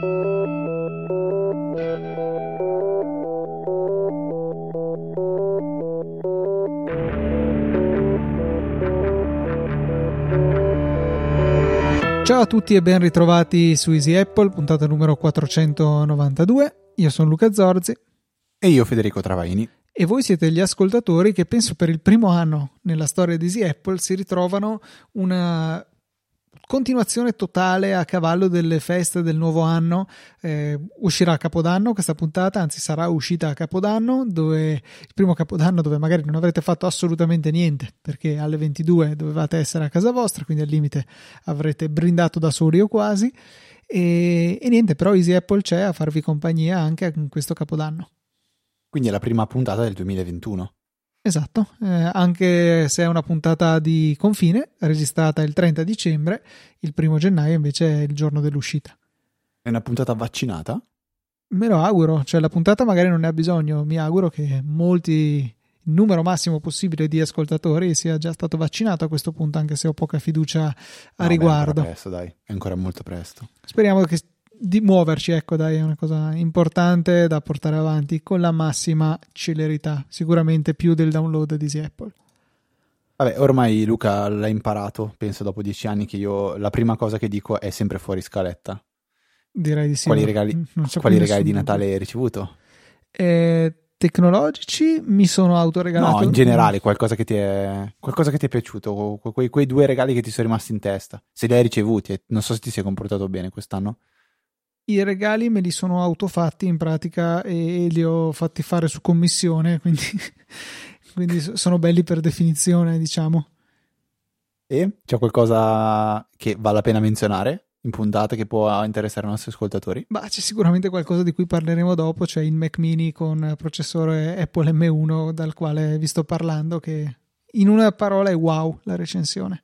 Ciao a tutti e ben ritrovati su Easy Apple, puntata numero 492. Io sono Luca Zorzi. E io Federico Travaini. E voi siete gli ascoltatori che penso per il primo anno nella storia di Easy Apple si ritrovano una continuazione totale a cavallo delle feste del nuovo anno. Uscirà a Capodanno questa puntata, anzi sarà uscita a Capodanno, dove il primo Capodanno dove magari non avrete fatto assolutamente niente perché alle 22 dovevate essere a casa vostra, quindi al limite avrete brindato da soli o quasi, e niente, però Easy Apple c'è a farvi compagnia anche in questo Capodanno. Quindi è la prima puntata del 2021. Esatto, anche se è una puntata di confine, registrata il 30 dicembre, il 1 gennaio invece è il giorno dell'uscita. È una puntata vaccinata? Me lo auguro, cioè la puntata magari non ne ha bisogno, mi auguro che il numero massimo possibile di ascoltatori sia già stato vaccinato a questo punto, anche se ho poca fiducia a riguardo. È ancora presto, dai, è ancora molto presto. Speriamo di muoverci, ecco dai, è una cosa importante da portare avanti con la massima celerità, sicuramente più del download di Easy Apple. Vabbè, ormai Luca l'ha imparato, penso dopo 10 anni che io la prima cosa che dico è sempre fuori scaletta. Direi di sì. Quali regali di Natale hai ricevuto? Tecnologici mi sono autoregalato. No, in generale, qualcosa che ti è piaciuto, quei 2 regali che ti sono rimasti in testa, se li hai ricevuti, non so se ti sei comportato bene quest'anno. I regali me li sono autofatti in pratica e li ho fatti fare su commissione, quindi sono belli per definizione, diciamo. E c'è qualcosa che vale la pena menzionare in puntata che può interessare ai nostri ascoltatori? C'è sicuramente qualcosa di cui parleremo dopo, cioè il Mac Mini con processore Apple M1 dal quale vi sto parlando, che in una parola è wow la recensione.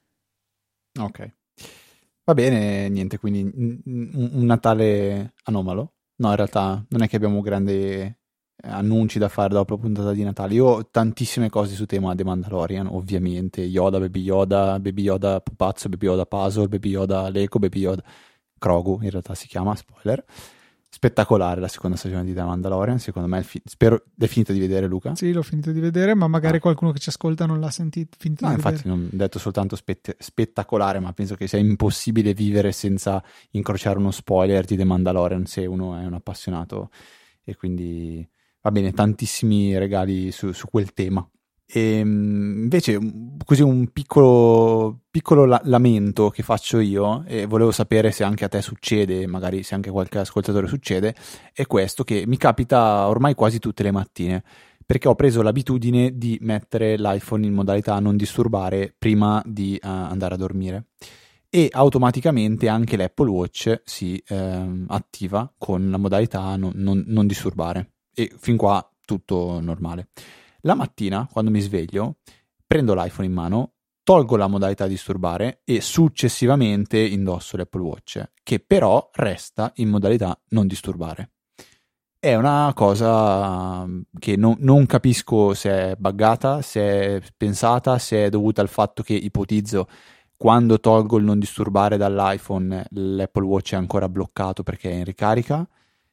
Ok. Va bene, niente, quindi un Natale anomalo. No, in realtà non è che abbiamo grandi annunci da fare dopo la puntata di Natale. Io ho tantissime cose su tema The Mandalorian, ovviamente. Yoda, Baby Yoda pupazzo, Baby Yoda puzzle, Baby Yoda Lego, Baby Yoda Grogu, in realtà si chiama, spoiler. Spettacolare la seconda stagione di The Mandalorian, secondo me. Spero l'hai finito di vedere, Luca? Sì, l'ho finito di vedere, ma magari qualcuno che ci ascolta non l'ha finito di vedere. Infatti non ho detto soltanto spettacolare, ma penso che sia impossibile vivere senza incrociare uno spoiler di The Mandalorian se uno è un appassionato, e quindi va bene, tantissimi regali su quel tema. E invece così un piccolo lamento che faccio io, e volevo sapere se anche a te succede, magari se anche a qualche ascoltatore succede, è questo, che mi capita ormai quasi tutte le mattine, perché ho preso l'abitudine di mettere l'iPhone in modalità non disturbare prima di andare a dormire, e automaticamente anche l'Apple Watch si attiva con la modalità non disturbare, e fin qua tutto normale. La mattina, quando mi sveglio, prendo l'iPhone in mano, tolgo la modalità disturbare e successivamente indosso l'Apple Watch, che però resta in modalità non disturbare. È una cosa che non capisco se è buggata, se è pensata, se è dovuta al fatto che, ipotizzo, quando tolgo il non disturbare dall'iPhone l'Apple Watch è ancora bloccato perché è in ricarica,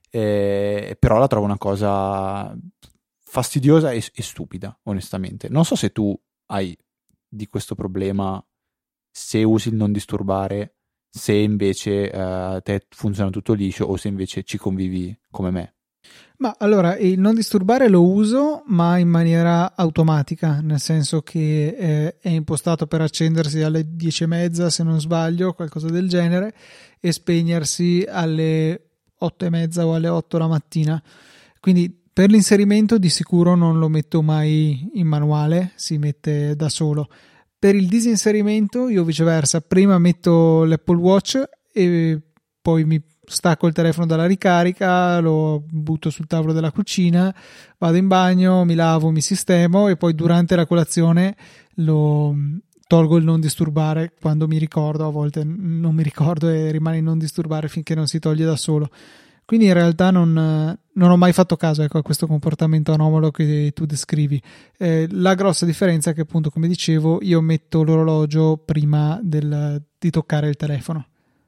però la trovo una cosa fastidiosa e stupida, onestamente. Non so se tu hai di questo problema, se usi il non disturbare, se invece te funziona tutto liscio o se invece ci convivi come me. Ma allora, il non disturbare lo uso, ma in maniera automatica, nel senso che è impostato per accendersi alle 10:30, se non sbaglio, qualcosa del genere, e spegnersi alle 8:30 o alle 8 la mattina. Quindi per l'inserimento di sicuro non lo metto mai in manuale, si mette da solo. Per il disinserimento io viceversa, prima metto l'Apple Watch e poi mi stacco il telefono dalla ricarica, lo butto sul tavolo della cucina, vado in bagno, mi lavo, mi sistemo e poi durante la colazione lo tolgo il non disturbare quando mi ricordo. A volte non mi ricordo e rimane in non disturbare finché non si toglie da solo. Quindi in realtà non ho mai fatto caso, ecco, a questo comportamento anomalo che tu descrivi. La grossa differenza è che, appunto, come dicevo, io metto l'orologio prima di toccare il telefono.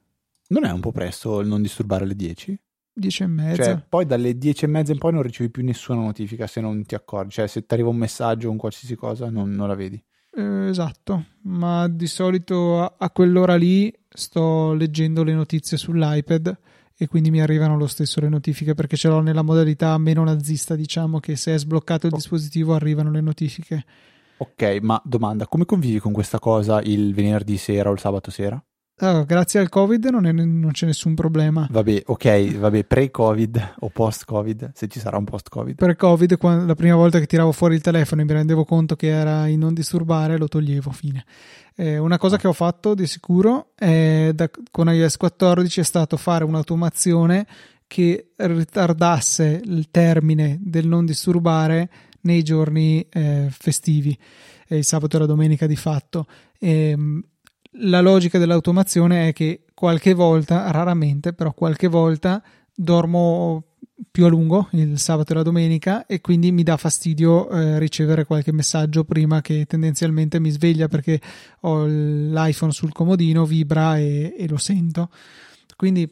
Non è un po' presto il non disturbare alle 10? 10:30. Cioè, poi dalle 10:30 in poi non ricevi più nessuna notifica se non ti accorgi. Cioè, se ti arriva un messaggio o un qualsiasi cosa, non la vedi. Esatto, ma di solito a quell'ora lì sto leggendo le notizie sull'iPad e quindi mi arrivano lo stesso le notifiche perché ce l'ho nella modalità meno nazista, diciamo che se è sbloccato il dispositivo arrivano le notifiche. Ok, ma domanda, come convivi con questa cosa il venerdì sera o il sabato sera? Grazie al Covid non c'è nessun problema. Vabbè, pre-Covid o post-Covid, se ci sarà un post-Covid. Pre-Covid, la prima volta che tiravo fuori il telefono e mi rendevo conto che era in non disturbare, lo toglievo, fine. Una cosa che ho fatto di sicuro con iOS 14 è stato fare un'automazione che ritardasse il termine del non disturbare nei giorni festivi, il sabato e la domenica di fatto. La logica dell'automazione è che qualche volta, raramente, però qualche volta dormo più a lungo il sabato e la domenica e quindi mi dà fastidio ricevere qualche messaggio prima che tendenzialmente mi sveglia perché ho l'iPhone sul comodino, vibra e lo sento. Quindi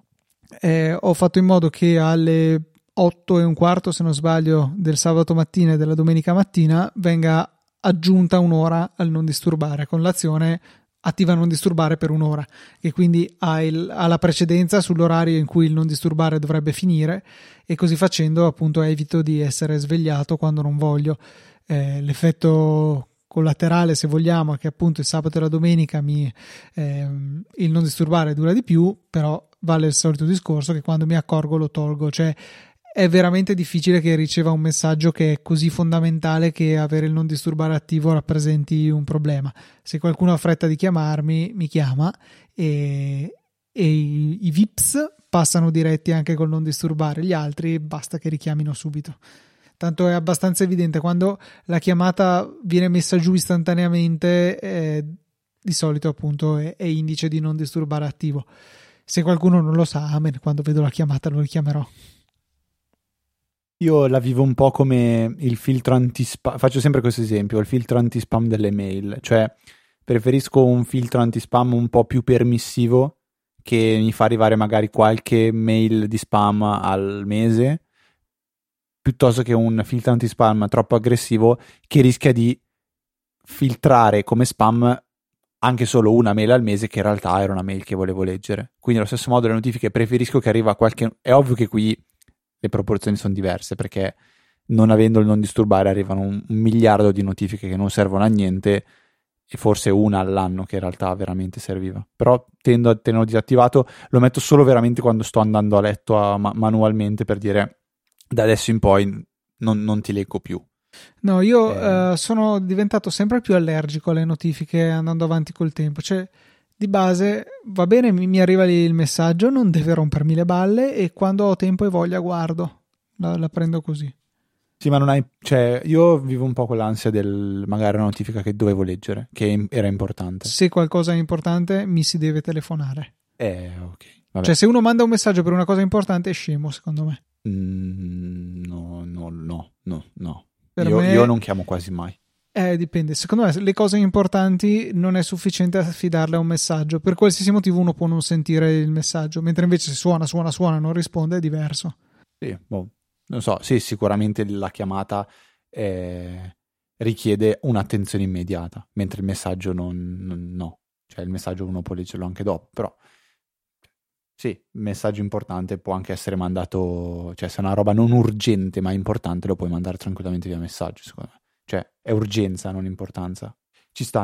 ho fatto in modo che alle 8:15, se non sbaglio, del sabato mattina e della domenica mattina venga aggiunta un'ora al non disturbare con l'azione attiva non disturbare per un'ora, che quindi ha la precedenza sull'orario in cui il non disturbare dovrebbe finire, e così facendo appunto evito di essere svegliato quando non voglio. L'effetto collaterale, se vogliamo, è che appunto il sabato e la domenica il non disturbare dura di più, però vale il solito discorso che quando mi accorgo lo tolgo. Cioè è veramente difficile che riceva un messaggio che è così fondamentale che avere il non disturbare attivo rappresenti un problema. Se qualcuno ha fretta di chiamarmi, mi chiama e i VIPs passano diretti anche col non disturbare, gli altri basta che richiamino subito. Tanto è abbastanza evidente, quando la chiamata viene messa giù istantaneamente, di solito appunto è indice di non disturbare attivo. Se qualcuno non lo sa, quando vedo la chiamata lo richiamerò. Io la vivo un po' come il filtro anti-spam, faccio sempre questo esempio, il filtro anti-spam delle mail, cioè preferisco un filtro anti-spam un po' più permissivo che mi fa arrivare magari qualche mail di spam al mese, piuttosto che un filtro anti-spam troppo aggressivo che rischia di filtrare come spam anche solo una mail al mese che in realtà era una mail che volevo leggere. Quindi allo stesso modo le notifiche preferisco che arriva qualche... È ovvio che qui le proporzioni sono diverse perché non avendo il non disturbare arrivano un miliardo di notifiche che non servono a niente e forse una all'anno che in realtà veramente serviva, però tendo a tenerlo disattivato, lo metto solo veramente quando sto andando a letto manualmente per dire da adesso in poi non ti leggo più. No, io sono diventato sempre più allergico alle notifiche andando avanti col tempo, cioè di base va bene, mi arriva lì il messaggio, non deve rompermi le balle e quando ho tempo e voglia guardo, la prendo così. Sì, ma non hai, cioè io vivo un po' con l'ansia del magari una notifica che dovevo leggere, che era importante. Se qualcosa è importante mi si deve telefonare. Ok. Vabbè. Cioè se uno manda un messaggio per una cosa importante è scemo, secondo me. No. Me... Io non chiamo quasi mai. Dipende, secondo me le cose importanti non è sufficiente affidarle a un messaggio, per qualsiasi motivo uno può non sentire il messaggio, mentre invece se suona, non risponde è diverso. Sì, non so, sì, sicuramente la chiamata richiede un'attenzione immediata, mentre il messaggio no, cioè il messaggio uno può leggerlo anche dopo, però sì, il messaggio importante può anche essere mandato, cioè se è una roba non urgente ma importante lo puoi mandare tranquillamente via messaggio, secondo me. Cioè è urgenza, non importanza. Ci sta.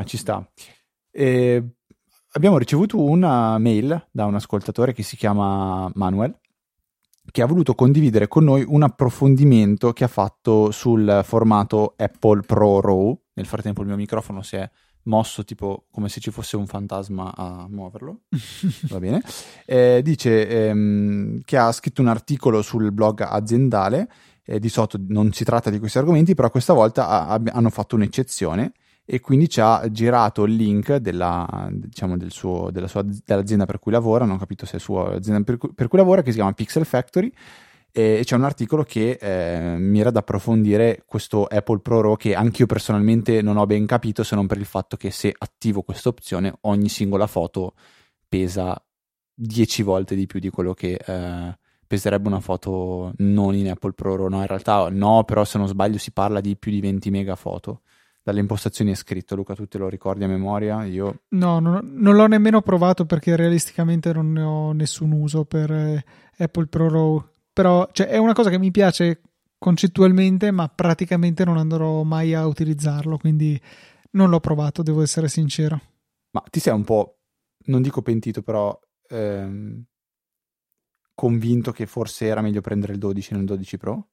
Abbiamo ricevuto una mail da un ascoltatore che si chiama Manuel, che ha voluto condividere con noi un approfondimento che ha fatto sul formato Apple Pro RAW. Nel frattempo il mio microfono si è mosso tipo come se ci fosse un fantasma a muoverlo. Va bene. Dice che ha scritto un articolo sul blog aziendale. Di solito non si tratta di questi argomenti, però questa volta hanno fatto un'eccezione e quindi ci ha girato il link dell'azienda per cui lavora, non ho capito se è sua azienda per cui lavora, che si chiama Pixel Factory, e c'è un articolo che mira ad approfondire questo Apple Pro RAW che anch'io personalmente non ho ben capito, se non per il fatto che se attivo questa opzione ogni singola foto pesa 10 volte di più di quello che peserebbe una foto non in Apple Pro RAW. No, in realtà no, però se non sbaglio si parla di più di 20 mega foto. Dalle impostazioni è scritto. Luca, tu te lo ricordi a memoria? Io No, non l'ho nemmeno provato perché realisticamente non ne ho nessun uso per Apple Pro RAW. Però cioè, è una cosa che mi piace concettualmente, ma praticamente non andrò mai a utilizzarlo, quindi non l'ho provato, devo essere sincero. Ma ti sei un po', non dico pentito, però convinto che forse era meglio prendere il 12 e non il 12 Pro?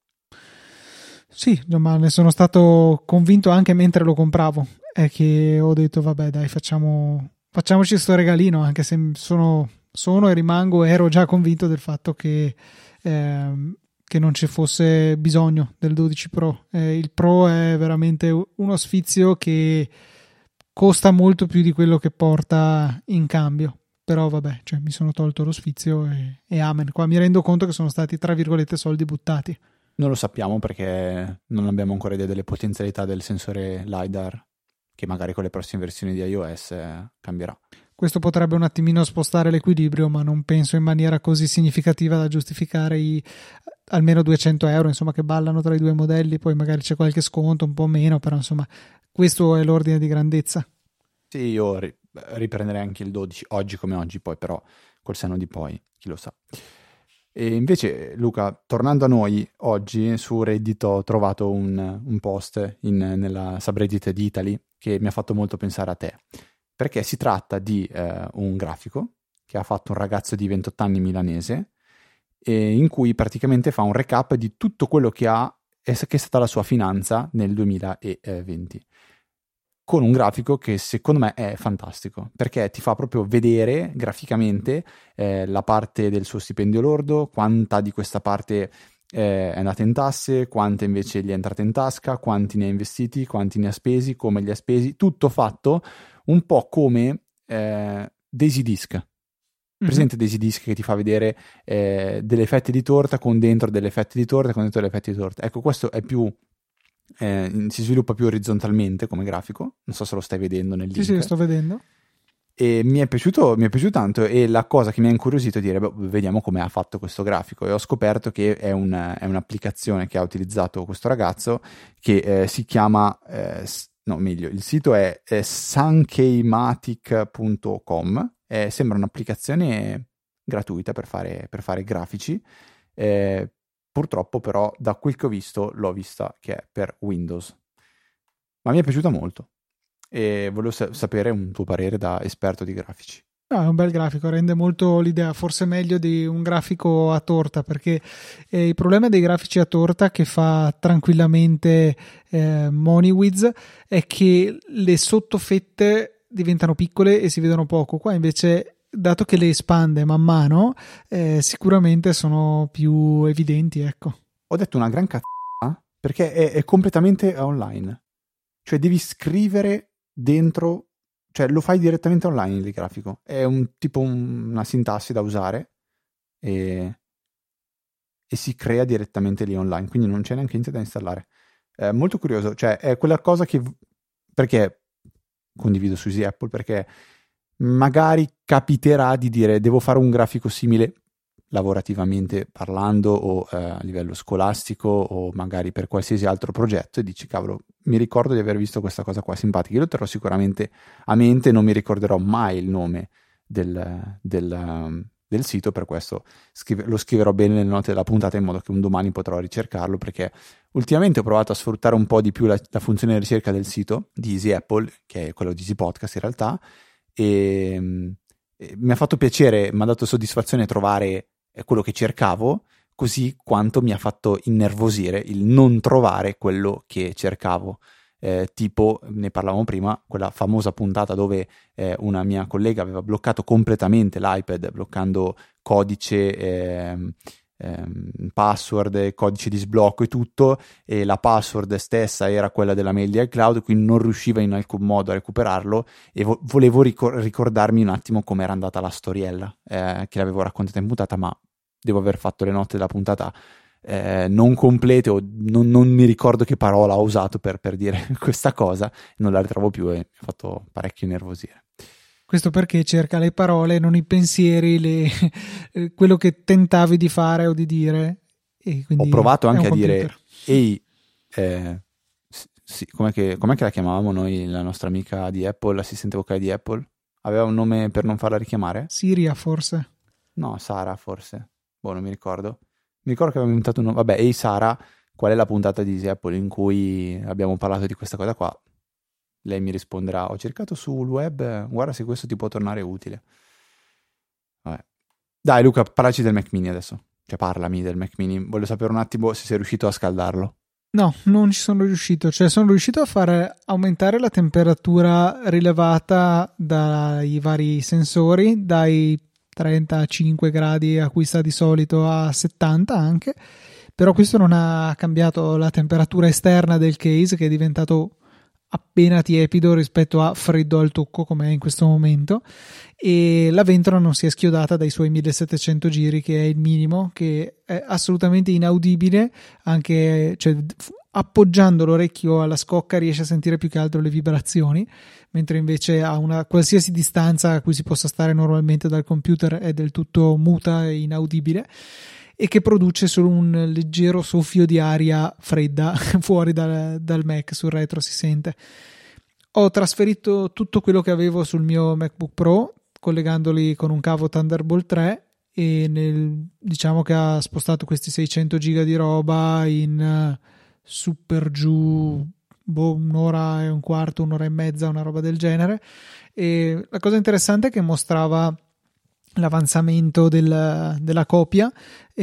Sì, ma ne sono stato convinto anche mentre lo compravo. È che ho detto, vabbè, dai, facciamoci sto regalino, anche se sono e ero già convinto del fatto che non ci fosse bisogno del 12 Pro. Il Pro è veramente uno sfizio che costa molto più di quello che porta in cambio. Però vabbè, cioè, mi sono tolto lo sfizio e amen. Qua mi rendo conto che sono stati, tra virgolette, soldi buttati. Non lo sappiamo perché non abbiamo ancora idea delle potenzialità del sensore LiDAR, che magari con le prossime versioni di iOS cambierà. Questo potrebbe un attimino spostare l'equilibrio, ma non penso in maniera così significativa da giustificare i almeno 200 euro, insomma, che ballano tra i due modelli. Poi magari c'è qualche sconto, un po' meno, però insomma, questo è l'ordine di grandezza. Sì, io riprenderei anche il 12, oggi come oggi, poi però col senno di poi, chi lo sa. E invece, Luca, tornando a noi, oggi su Reddit ho trovato un post nella subreddit di Italy che mi ha fatto molto pensare a te, perché si tratta di un grafico che ha fatto un ragazzo di 28 anni milanese, in cui praticamente fa un recap di tutto quello che è stata la sua finanza nel 2020. Con un grafico che secondo me è fantastico, perché ti fa proprio vedere graficamente la parte del suo stipendio lordo, quanta di questa parte è andata in tasse, quanta invece gli è entrata in tasca, quanti ne ha investiti, quanti ne ha spesi, come li ha spesi, tutto fatto un po' come Daisy Disk. Presente Daisy Disk che ti fa vedere delle fette di torta con dentro delle fette di torta con dentro delle fette di torta. Ecco, questo è più si sviluppa più orizzontalmente come grafico, non so se lo stai vedendo nel link. Sì, lo sto vedendo. E mi è piaciuto tanto, e la cosa che mi ha incuriosito è dire, vediamo come ha fatto questo grafico, e ho scoperto che è un'applicazione che ha utilizzato questo ragazzo che si chiama, no meglio, il sito è sankeymatic.com, sembra un'applicazione gratuita per fare grafici, purtroppo però da quel che ho visto l'ho vista che è per Windows, ma mi è piaciuta molto e volevo sapere un tuo parere da esperto di grafici. No, è un bel grafico, rende molto l'idea, forse meglio di un grafico a torta, perché il problema dei grafici a torta che fa tranquillamente MoneyWiz è che le sottofette diventano piccole e si vedono poco. Qua invece, dato che le espande man mano, sicuramente sono più evidenti, ecco. Ho detto una gran cazzata perché è completamente online, cioè devi scrivere dentro, cioè lo fai direttamente online il grafico, è una sintassi da usare e si crea direttamente lì online, quindi non c'è neanche niente da installare. Molto curioso, cioè è quella cosa che, perché condivido su Easy Apple, perché magari capiterà di dire devo fare un grafico simile lavorativamente parlando o a livello scolastico o magari per qualsiasi altro progetto, e dici cavolo, mi ricordo di aver visto questa cosa qua simpatica, io lo terrò sicuramente a mente, non mi ricorderò mai il nome del sito, per questo lo scriverò bene nelle note della puntata in modo che un domani potrò ricercarlo, perché ultimamente ho provato a sfruttare un po' di più la funzione di ricerca del sito di Easy Apple, che è quello di Easy Podcast in realtà, e mi ha fatto piacere, mi ha dato soddisfazione trovare quello che cercavo, così quanto mi ha fatto innervosire il non trovare quello che cercavo. Tipo, ne parlavamo prima, quella famosa puntata dove una mia collega aveva bloccato completamente l'iPad, bloccando codice, password, codice di sblocco e tutto, e la password stessa era quella della mail di iCloud, quindi non riusciva in alcun modo a recuperarlo, e volevo ricordarmi un attimo com'era andata la storiella che l'avevo raccontata in puntata, ma devo aver fatto le note della puntata non complete, o non mi ricordo che parola ho usato per dire questa cosa, non la ritrovo più e mi ha fatto parecchio nervosire. Questo perché cerca le parole, non i pensieri, quello che tentavi di fare o di dire. E quindi ho provato è anche un a computer. dire ehi, sì, com'è che la chiamavamo noi, la nostra amica di Apple, l'assistente vocale di Apple? Aveva un nome per non farla richiamare? Siria, forse. No, Sara forse. Boh, non mi ricordo. Mi ricordo che avevamo inventato un nome. Vabbè, ehi Sara, qual è la puntata di Easy Apple in cui abbiamo parlato di questa cosa qua? Lei mi risponderà, ho cercato sul web, guarda se questo ti può tornare utile. Vabbè. Dai Luca, parlaci del Mac Mini adesso. Cioè parlami del Mac Mini. Voglio sapere un attimo se sei riuscito a scaldarlo. No, non ci sono riuscito, cioè sono riuscito a fare aumentare la temperatura rilevata dai vari sensori, dai 35 gradi a cui sta di solito a 70 anche, però questo non ha cambiato la temperatura esterna del case, che è diventato appena tiepido rispetto a freddo al tocco come è in questo momento, e la ventola non si è schiodata dai suoi 1700 giri, che è il minimo, che è assolutamente inaudibile, anche cioè, appoggiando l'orecchio alla scocca riesce a sentire più che altro le vibrazioni, mentre invece a una qualsiasi distanza a cui si possa stare normalmente dal computer è del tutto muta e inaudibile, e che produce solo un leggero soffio di aria fredda fuori dal Mac, sul retro si sente. Ho trasferito tutto quello che avevo sul mio MacBook Pro collegandoli con un cavo Thunderbolt 3 e diciamo che ha spostato questi 600 giga di roba in super giù un'ora e un quarto, un'ora e mezza, una roba del genere. E la cosa interessante è che mostrava l'avanzamento della copia,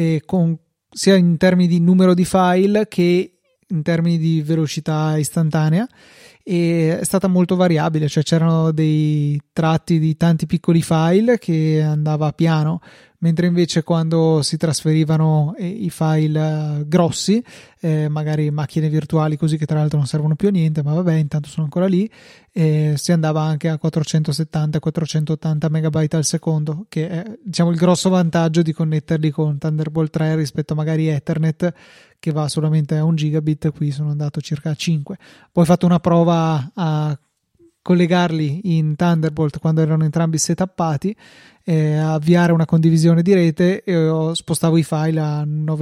sia in termini di numero di file che in termini di velocità istantanea, e è stata molto variabile, cioè c'erano dei tratti di tanti piccoli file che andava piano, mentre invece quando si trasferivano i file grossi, magari macchine virtuali così, che tra l'altro non servono più a niente, ma vabbè, intanto sono ancora lì, si andava anche a 470-480 megabyte al secondo, che è, diciamo, il grosso vantaggio di connetterli con Thunderbolt 3 rispetto magari a Ethernet, che va solamente a 1 gigabit. Qui sono andato circa a 5. Poi ho fatto una prova a collegarli in Thunderbolt quando erano entrambi setappati, avviare una condivisione di rete, e spostavo i file a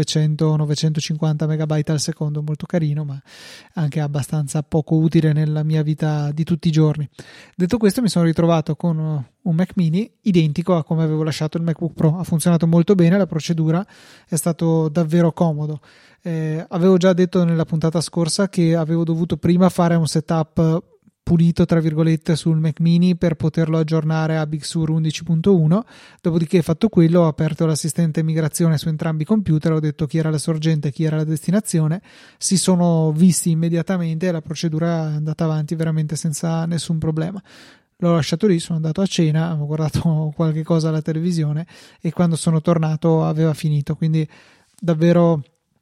900-950 megabyte al secondo, molto carino, ma anche abbastanza poco utile nella mia vita di tutti i giorni. Detto questo, mi sono ritrovato con un Mac Mini identico a come avevo lasciato il MacBook Pro. Ha funzionato molto bene, la procedura è stato davvero comodo. Avevo già detto nella puntata scorsa che avevo dovuto prima fare un setup pulito tra virgolette sul Mac Mini per poterlo aggiornare a Big Sur 11.1. Dopodiché, fatto quello, ho aperto l'assistente migrazione su entrambi i computer, ho detto chi era la sorgente e chi era la destinazione, si sono visti immediatamente e la procedura è andata avanti veramente senza nessun problema. L'ho lasciato lì, sono andato a cena, ho guardato qualche cosa alla televisione e quando sono tornato aveva finito, quindi davvero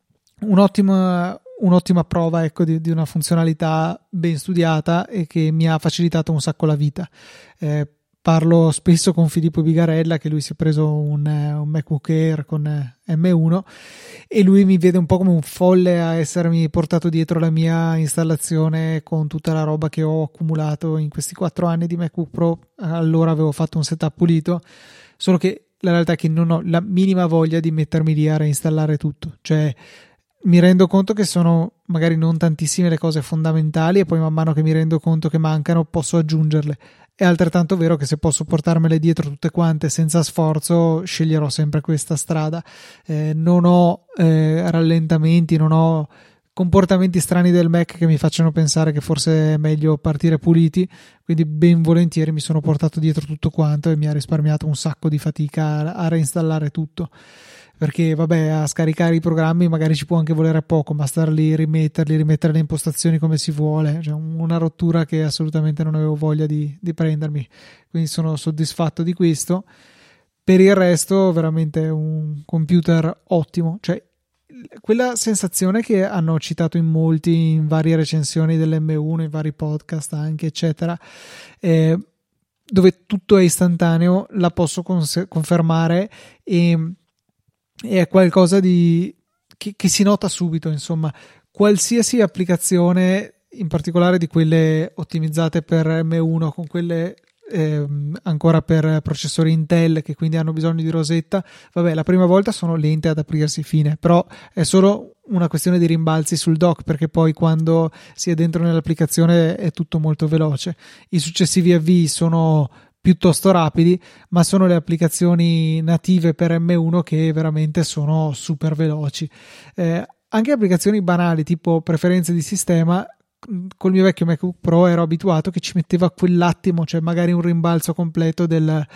un'ottima prova, ecco, di una funzionalità ben studiata e che mi ha facilitato un sacco la vita. Parlo spesso con Filippo Bigarella, che lui si è preso un MacBook Air con M1 e lui mi vede un po' come un folle a essermi portato dietro la mia installazione con tutta la roba che ho accumulato in questi 4 anni di MacBook Pro. Allora avevo fatto un setup pulito, solo che la realtà è che non ho la minima voglia di mettermi lì a reinstallare tutto. Cioè, mi rendo conto che sono magari non tantissime le cose fondamentali e poi man mano che mi rendo conto che mancano posso aggiungerle. È altrettanto vero che se posso portarmele dietro tutte quante senza sforzo sceglierò sempre questa strada. Non ho rallentamenti, non ho comportamenti strani del Mac che mi facciano pensare che forse è meglio partire puliti, quindi ben volentieri mi sono portato dietro tutto quanto e mi ha risparmiato un sacco di fatica a reinstallare tutto. Perché vabbè, a scaricare i programmi magari ci può anche volere poco, ma star lì, rimettere le impostazioni come si vuole, cioè una rottura che assolutamente non avevo voglia di prendermi, quindi sono soddisfatto di questo. Per il resto veramente un computer ottimo, cioè quella sensazione che hanno citato in molti in varie recensioni dell'M1, in vari podcast anche eccetera, dove tutto è istantaneo, la posso confermare, e è qualcosa che si nota subito. Insomma, qualsiasi applicazione, in particolare di quelle ottimizzate per M1, con quelle ancora per processori Intel che quindi hanno bisogno di rosetta. Vabbè, la prima volta sono lente ad aprirsi, fine, però è solo una questione di rimbalzi sul dock, perché poi quando si è dentro nell'applicazione è tutto molto veloce. I successivi avvii sono piuttosto rapidi, ma sono le applicazioni native per M1 che veramente sono super veloci. Anche applicazioni banali tipo preferenze di sistema, col mio vecchio MacBook Pro ero abituato che ci metteva quell'attimo, cioè magari un rimbalzo completo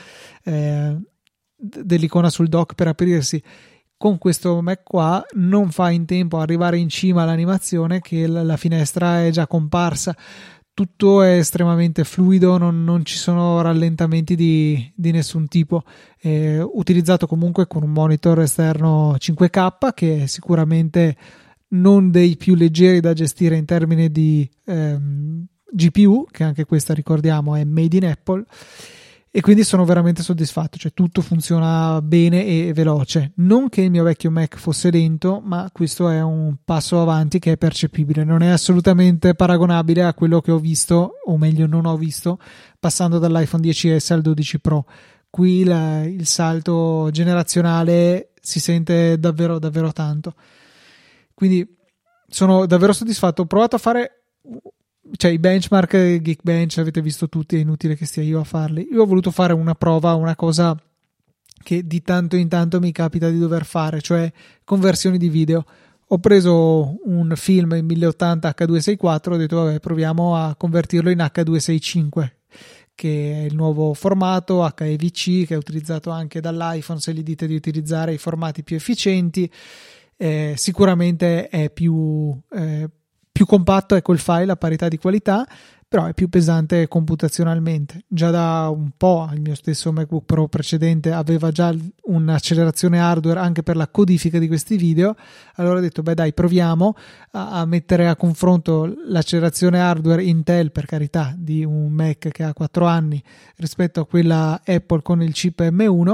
dell'icona sul dock per aprirsi. Con questo Mac qua non fa in tempo a arrivare in cima all'animazione che la finestra è già comparsa. Tutto è estremamente fluido, non ci sono rallentamenti di nessun tipo. Utilizzato comunque con un monitor esterno 5K che è sicuramente non dei più leggeri da gestire in termini di GPU, che anche questa ricordiamo è made in Apple, e quindi sono veramente soddisfatto, cioè tutto funziona bene e veloce. Non che il mio vecchio Mac fosse lento, ma questo è un passo avanti che è percepibile, non è assolutamente paragonabile a quello che ho visto, o meglio non ho visto, passando dall'iPhone 10S al 12 Pro. Qui il salto generazionale si sente davvero davvero tanto, quindi sono davvero soddisfatto. Ho provato a fare, cioè i benchmark Geekbench avete visto tutti, è inutile che stia io a farli. Io ho voluto fare una prova, una cosa che di tanto in tanto mi capita di dover fare, cioè conversioni di video. Ho preso un film in 1080 H264, ho detto vabbè, proviamo a convertirlo in H265, che è il nuovo formato HEVC che è utilizzato anche dall'iPhone se gli dite di utilizzare i formati più efficienti. Sicuramente è più compatto, ecco, il file a parità di qualità, però è più pesante computazionalmente. Già da un po' il mio stesso MacBook Pro precedente aveva già un'accelerazione hardware anche per la codifica di questi video, allora ho detto beh dai, proviamo a mettere a confronto l'accelerazione hardware Intel, per carità, di un Mac che ha 4 anni rispetto a quella Apple con il chip M1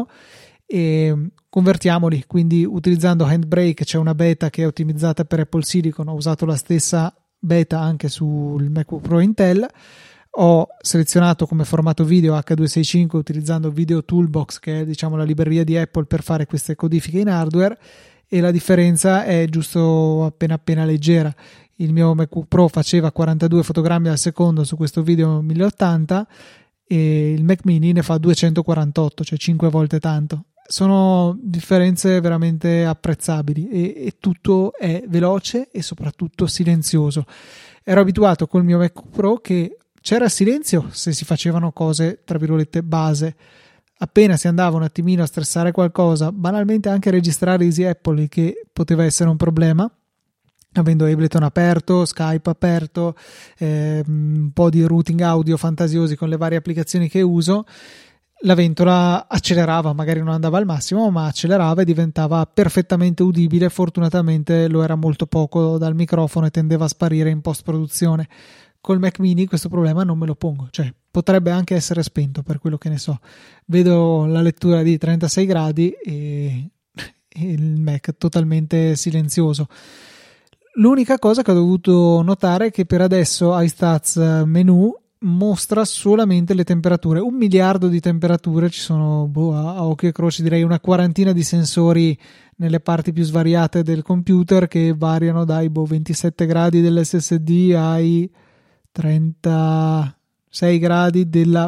e convertiamoli. Quindi utilizzando Handbrake, c'è una beta che è ottimizzata per Apple Silicon, ho usato la stessa beta anche sul MacBook Pro Intel. Ho selezionato come formato video H265 utilizzando Video Toolbox, che è diciamo la libreria di Apple per fare queste codifiche in hardware, e la differenza è giusto appena leggera. Il mio MacBook Pro faceva 42 fotogrammi al secondo su questo video 1080 e il Mac Mini ne fa 248, cioè 5 volte tanto. Sono differenze veramente apprezzabili e tutto è veloce e soprattutto silenzioso. Ero abituato col mio MacBook Pro che c'era silenzio se si facevano cose tra virgolette base. Appena si andava un attimino a stressare qualcosa, banalmente anche registrare Easy Apple, che poteva essere un problema avendo Ableton aperto, Skype aperto, un po' di routing audio fantasiosi con le varie applicazioni che uso, la ventola accelerava, magari non andava al massimo, ma accelerava e diventava perfettamente udibile. Fortunatamente lo era molto poco dal microfono e tendeva a sparire in post-produzione. Col Mac Mini questo problema non me lo pongo, cioè potrebbe anche essere spento per quello che ne so. Vedo la lettura di 36 gradi e il Mac totalmente silenzioso. L'unica cosa che ho dovuto notare è che per adesso iStats menu mostra solamente le temperature, 1 miliardo di temperature, ci sono a occhio e croce direi una quarantina di sensori nelle parti più svariate del computer che variano dai 27 gradi dell'SSD ai 36 gradi della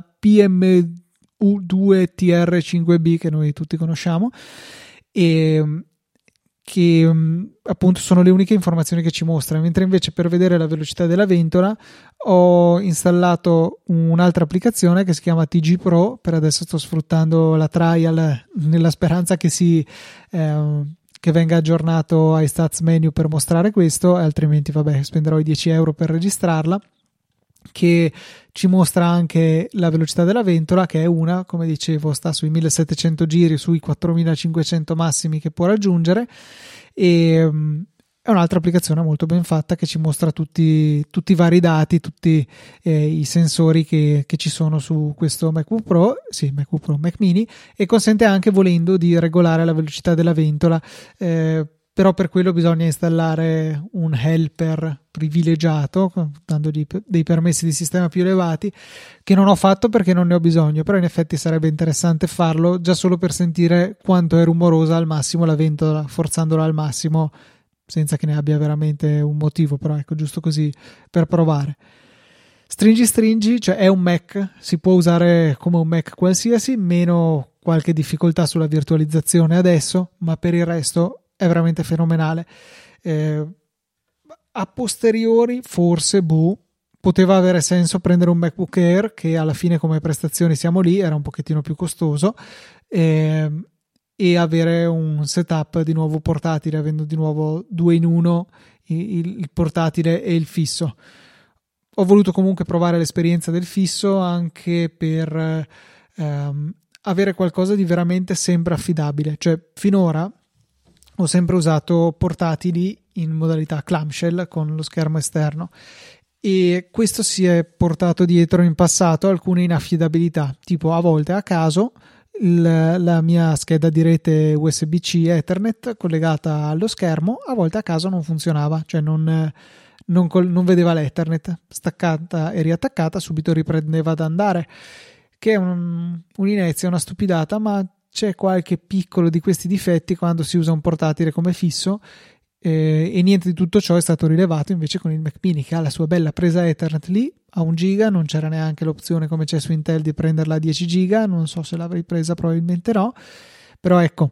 PMU2 TR5B che noi tutti conosciamo, e che appunto sono le uniche informazioni che ci mostra, mentre invece per vedere la velocità della ventola ho installato un'altra applicazione che si chiama TG Pro. Per adesso sto sfruttando la trial nella speranza che che venga aggiornato iStats Menu per mostrare questo, altrimenti vabbè, spenderò i 10 euro per registrarla, che ci mostra anche la velocità della ventola, che è una, come dicevo, sta sui 1700 giri sui 4500 massimi che può raggiungere, e è un'altra applicazione molto ben fatta che ci mostra tutti i vari dati, tutti i sensori che ci sono su questo MacBook Pro, Mac Mini, e consente anche, volendo, di regolare la velocità della ventola. però per quello bisogna installare un helper privilegiato, dandogli dei permessi di sistema più elevati, che non ho fatto perché non ne ho bisogno, però in effetti sarebbe interessante farlo già solo per sentire quanto è rumorosa al massimo la ventola, forzandola al massimo senza che ne abbia veramente un motivo, però ecco, giusto così per provare. Stringi, cioè è un Mac, si può usare come un Mac qualsiasi, meno qualche difficoltà sulla virtualizzazione adesso, ma per il resto è veramente fenomenale. A posteriori forse poteva avere senso prendere un MacBook Air, che alla fine come prestazioni siamo lì, era un pochettino più costoso, e avere un setup di nuovo portatile, avendo di nuovo 2 in 1, il portatile e il fisso. Ho voluto comunque provare l'esperienza del fisso anche per avere qualcosa di veramente sempre affidabile, cioè finora ho sempre usato portatili in modalità clamshell con lo schermo esterno, e questo si è portato dietro in passato alcune inaffidabilità, tipo a volte a caso la mia scheda di rete USB-C Ethernet collegata allo schermo a volte a caso non funzionava, cioè non vedeva l'Ethernet, staccata e riattaccata subito riprendeva ad andare, che è un'inezia, una stupidata, ma c'è qualche piccolo di questi difetti quando si usa un portatile come fisso, e niente di tutto ciò è stato rilevato invece con il Mac Mini, che ha la sua bella presa Ethernet lì a 1 giga, non c'era neanche l'opzione come c'è su Intel di prenderla a 10 giga, non so se l'avrei presa, probabilmente no, però ecco,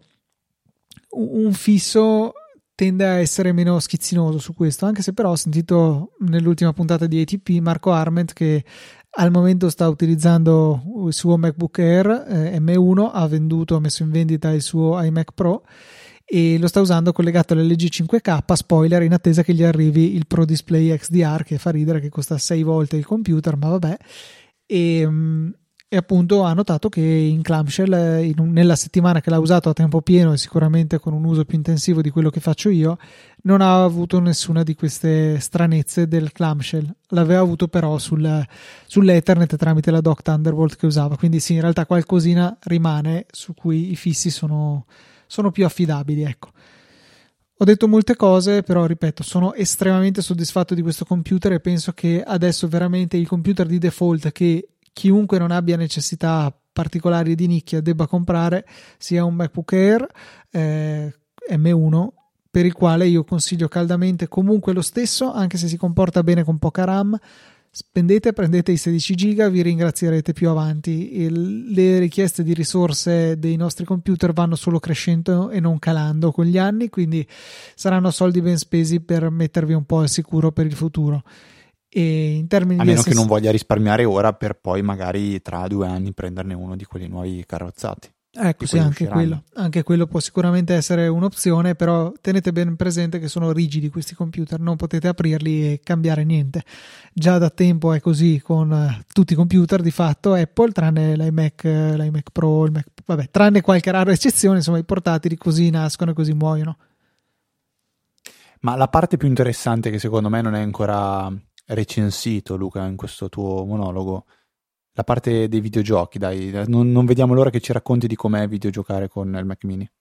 un fisso tende a essere meno schizzinoso su questo, anche se però ho sentito nell'ultima puntata di ATP Marco Arment che al momento sta utilizzando il suo MacBook Air M1, ha messo in vendita il suo iMac Pro e lo sta usando collegato all'LG 5K, spoiler, in attesa che gli arrivi il Pro Display XDR, che fa ridere, che costa 6 volte il computer, ma vabbè. E appunto ha notato che in clamshell nella settimana che l'ha usato a tempo pieno e sicuramente con un uso più intensivo di quello che faccio io, non ha avuto nessuna di queste stranezze del clamshell. L'aveva avuto però sull'Ethernet tramite la dock Thunderbolt che usava, quindi sì, in realtà qualcosina rimane su cui i fissi sono più affidabili, ecco. Ho detto molte cose, però ripeto, sono estremamente soddisfatto di questo computer e penso che adesso veramente il computer di default che chiunque non abbia necessità particolari di nicchia debba comprare sia un MacBook Air M1, per il quale io consiglio caldamente comunque lo stesso, anche se si comporta bene con poca RAM. Prendete i 16 giga, vi ringrazierete più avanti. Le richieste di risorse dei nostri computer vanno solo crescendo e non calando con gli anni, quindi saranno soldi ben spesi per mettervi un po' al sicuro per il futuro. E in termini a meno che non voglia risparmiare ora per poi magari tra 2 anni prenderne uno di quelli nuovi carrozzati. Ecco, sì, anche quello può sicuramente essere un'opzione, però tenete ben presente che sono rigidi questi computer, non potete aprirli e cambiare niente. Già da tempo è così con tutti i computer di fatto Apple, tranne l'iMac Pro, vabbè, tranne qualche rara eccezione, insomma i portatili così nascono e così muoiono. Ma la parte più interessante che secondo me non è ancora recensito, Luca, in questo tuo monologo, la parte dei videogiochi, dai, non vediamo l'ora che ci racconti di com'è videgiocare con il Mac Mini.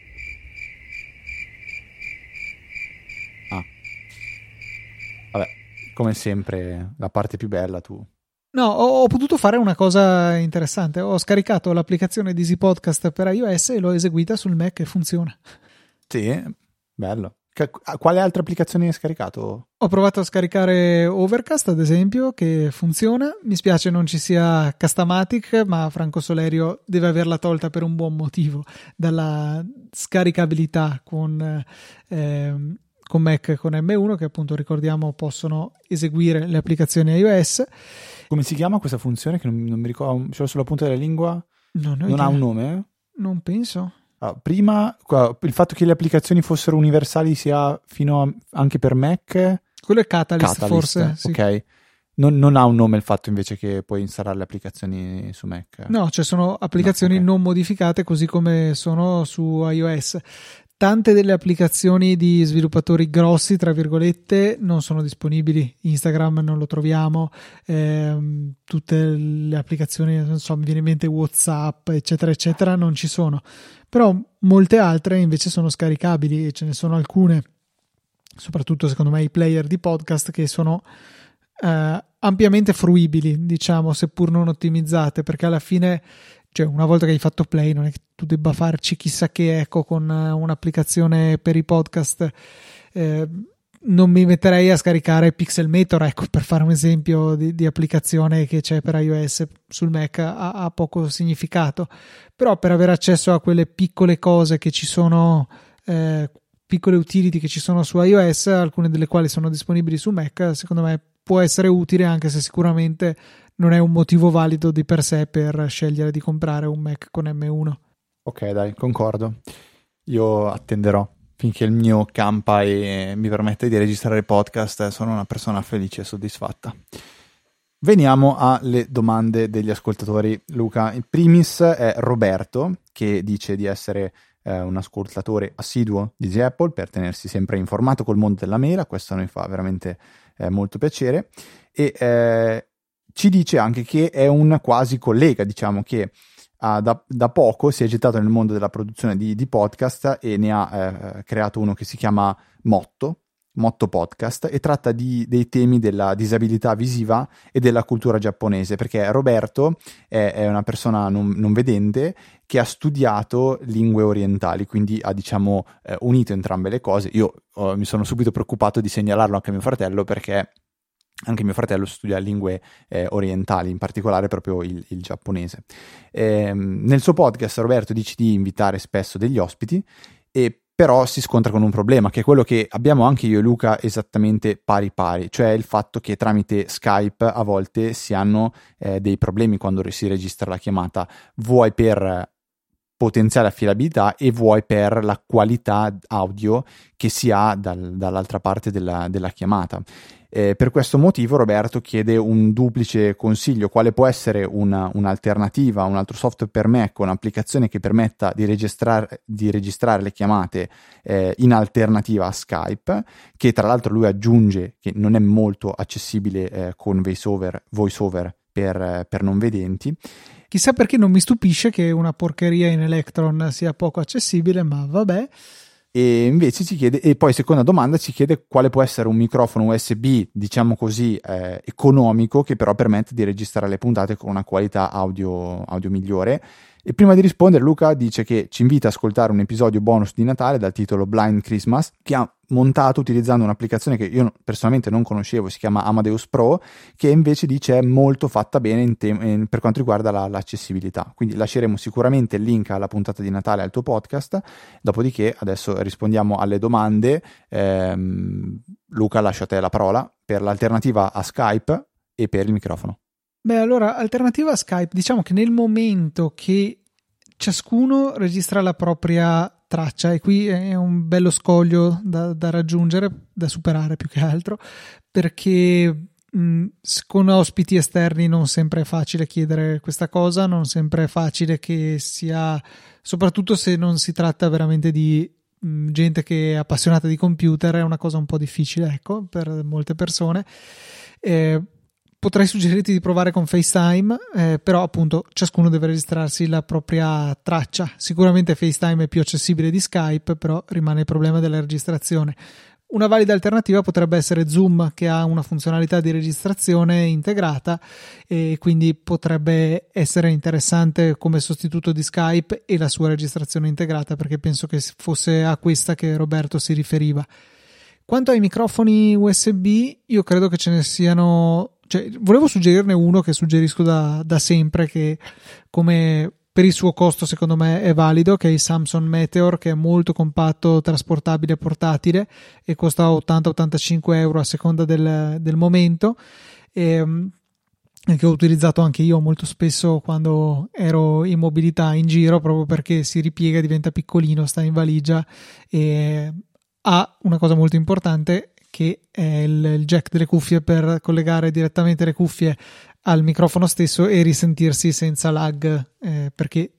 Vabbè, come sempre, la parte più bella tu. No, ho potuto fare una cosa interessante, ho scaricato l'applicazione di Easy Podcast per iOS e l'ho eseguita sul Mac e funziona. Sì, bello. Quale altre applicazioni hai scaricato? Ho provato a scaricare Overcast, ad esempio, che funziona. Mi spiace non ci sia Castamatic, ma Franco Solerio deve averla tolta per un buon motivo dalla scaricabilità con Mac con M1, che appunto ricordiamo possono eseguire le applicazioni iOS. Come si chiama questa funzione che non mi ricordo, ce l'ho sulla punta della lingua? Non ha un nome? Non penso. Prima il fatto che le applicazioni fossero universali sia anche per Mac, quello è Catalyst forse, sì. Ok, non ha un nome il fatto invece che puoi installare le applicazioni su Mac? No, cioè sono applicazioni non modificate così come sono su iOS. tante delle applicazioni di sviluppatori grossi, tra virgolette, non sono disponibili. Instagram non lo troviamo, tutte le applicazioni, non so, mi viene in mente WhatsApp, eccetera, eccetera, non ci sono. Però molte altre invece sono scaricabili e ce ne sono alcune, soprattutto secondo me i player di podcast, che sono ampiamente fruibili, diciamo, seppur non ottimizzate, perché alla fine, cioè, una volta che hai fatto play non è che tu debba farci chissà che, ecco, con un'applicazione per i podcast. Non mi metterei a scaricare Pixelmator, ecco, per fare un esempio di applicazione che c'è per iOS. Sul Mac ha poco significato, però per avere accesso a quelle piccole cose che ci sono, piccole utility che ci sono su iOS, alcune delle quali sono disponibili su Mac, secondo me può essere utile, anche se sicuramente non è un motivo valido di per sé per scegliere di comprare un Mac con M1. Ok, dai, concordo. Io attenderò finché il mio campa e mi permette di registrare podcast. Sono una persona felice e soddisfatta. Veniamo alle domande degli ascoltatori. Luca, in primis è Roberto, che dice di essere un ascoltatore assiduo di The Apple per tenersi sempre informato col mondo della mela. Questo a noi fa veramente molto piacere, e ci dice anche che è un quasi collega, diciamo che da poco si è gettato nel mondo della produzione di podcast e ne ha creato uno che si chiama Motto Podcast, e tratta dei temi della disabilità visiva e della cultura giapponese, perché Roberto è una persona non vedente che ha studiato lingue orientali, quindi ha, diciamo, unito entrambe le cose. Io mi sono subito preoccupato di segnalarlo anche a mio fratello, perché anche mio fratello studia lingue orientali, in particolare proprio il giapponese. Nel suo podcast Roberto dice di invitare spesso degli ospiti, e però si scontra con un problema, che è quello che abbiamo anche io e Luca esattamente pari, cioè il fatto che tramite Skype a volte si hanno dei problemi quando si registra la chiamata, vuoi per potenziale affidabilità e vuoi per la qualità audio che si ha dall'altra parte della chiamata. Per questo motivo Roberto chiede un duplice consiglio: quale può essere un'alternativa, un altro software per Mac, un'applicazione che permetta di registrare le chiamate in alternativa a Skype, che tra l'altro lui aggiunge che non è molto accessibile con VoiceOver per non vedenti. Chissà perché non mi stupisce che una porcheria in Electron sia poco accessibile, ma vabbè. E invece ci chiede, e poi seconda domanda, ci chiede quale può essere un microfono USB, diciamo così, economico, che però permette di registrare le puntate con una qualità audio migliore. E prima di rispondere Luca dice che ci invita a ascoltare un episodio bonus di Natale dal titolo Blind Christmas, che ha montato utilizzando un'applicazione che io personalmente non conoscevo, si chiama Amadeus Pro, che invece dice è molto fatta bene per quanto riguarda l'accessibilità. Quindi lasceremo sicuramente il link alla puntata di Natale al tuo podcast. Dopodiché adesso rispondiamo alle domande. Luca, lascio a te la parola per l'alternativa a Skype e per il microfono. Beh, allora, alternativa a Skype, diciamo che nel momento che ciascuno registra la propria traccia, e qui è un bello scoglio da raggiungere, da superare più che altro, perché con ospiti esterni non sempre è facile chiedere questa cosa, non sempre è facile che sia, soprattutto se non si tratta veramente di gente che è appassionata di computer, è una cosa un po' difficile, ecco, per molte persone. Potrei suggerirti di provare con FaceTime, però appunto ciascuno deve registrarsi la propria traccia. Sicuramente FaceTime è più accessibile di Skype, però rimane il problema della registrazione. Una valida alternativa potrebbe essere Zoom, che ha una funzionalità di registrazione integrata e quindi potrebbe essere interessante come sostituto di Skype e la sua registrazione integrata, perché penso che fosse a questa che Roberto si riferiva. Quanto ai microfoni USB, io credo che ce ne siano... Cioè, volevo suggerirne uno che suggerisco da sempre, che come per il suo costo secondo me è valido, che è il Samsung Meteor, che è molto compatto, trasportabile e portatile e costa 80-85 euro a seconda del momento, e che ho utilizzato anche io molto spesso quando ero in mobilità in giro, proprio perché si ripiega, diventa piccolino, sta in valigia e ha una cosa molto importante, che è il jack delle cuffie per collegare direttamente le cuffie al microfono stesso e risentirsi senza lag, perché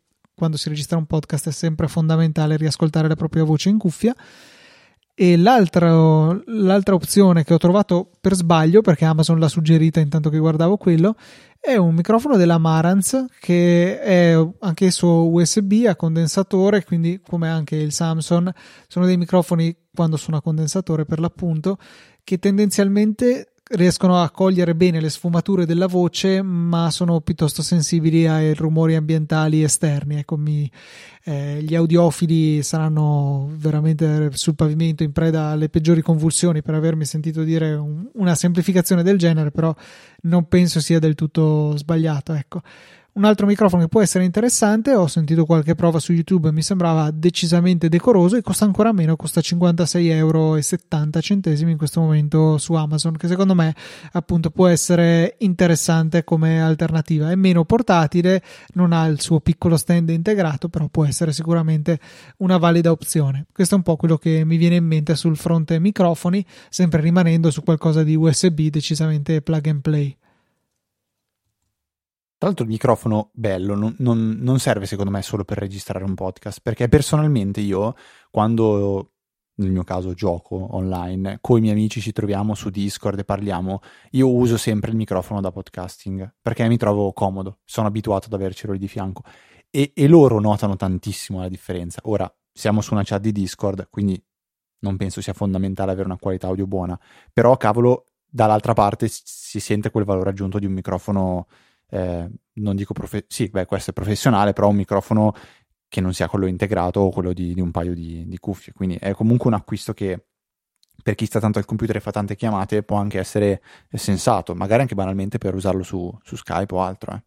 quando si registra un podcast è sempre fondamentale riascoltare la propria voce in cuffia. E l'altra opzione che ho trovato per sbaglio, perché Amazon l'ha suggerita intanto che guardavo quello, è un microfono della Marantz che è anch'esso USB a condensatore, quindi come anche il Samsung sono dei microfoni quando sono a condensatore per l'appunto, che tendenzialmente riescono a cogliere bene le sfumature della voce, ma sono piuttosto sensibili ai rumori ambientali esterni. Ecco, gli audiofili saranno veramente sul pavimento in preda alle peggiori convulsioni per avermi sentito dire una semplificazione del genere, però non penso sia del tutto sbagliato, ecco. Un altro microfono che può essere interessante, ho sentito qualche prova su YouTube e mi sembrava decisamente decoroso e costa ancora meno, costa 56,70 € in questo momento su Amazon, che secondo me appunto può essere interessante come alternativa. È meno portatile, non ha il suo piccolo stand integrato, però può essere sicuramente una valida opzione. Questo è un po' quello che mi viene in mente sul fronte microfoni, sempre rimanendo su qualcosa di USB decisamente plug and play. Tra l'altro il microfono bello non serve secondo me solo per registrare un podcast, perché personalmente io, quando nel mio caso gioco online, con i miei amici ci troviamo su Discord e parliamo, io uso sempre il microfono da podcasting, perché mi trovo comodo, sono abituato ad avercelo lì di fianco e loro notano tantissimo la differenza. Ora, siamo su una chat di Discord, quindi non penso sia fondamentale avere una qualità audio buona, però cavolo, dall'altra parte si sente quel valore aggiunto di un microfono. Non dico sì, beh, questo è professionale, però un microfono che non sia quello integrato o quello di un paio di cuffie, quindi è comunque un acquisto che per chi sta tanto al computer e fa tante chiamate può anche essere sensato, magari anche banalmente per usarlo su Skype o altro.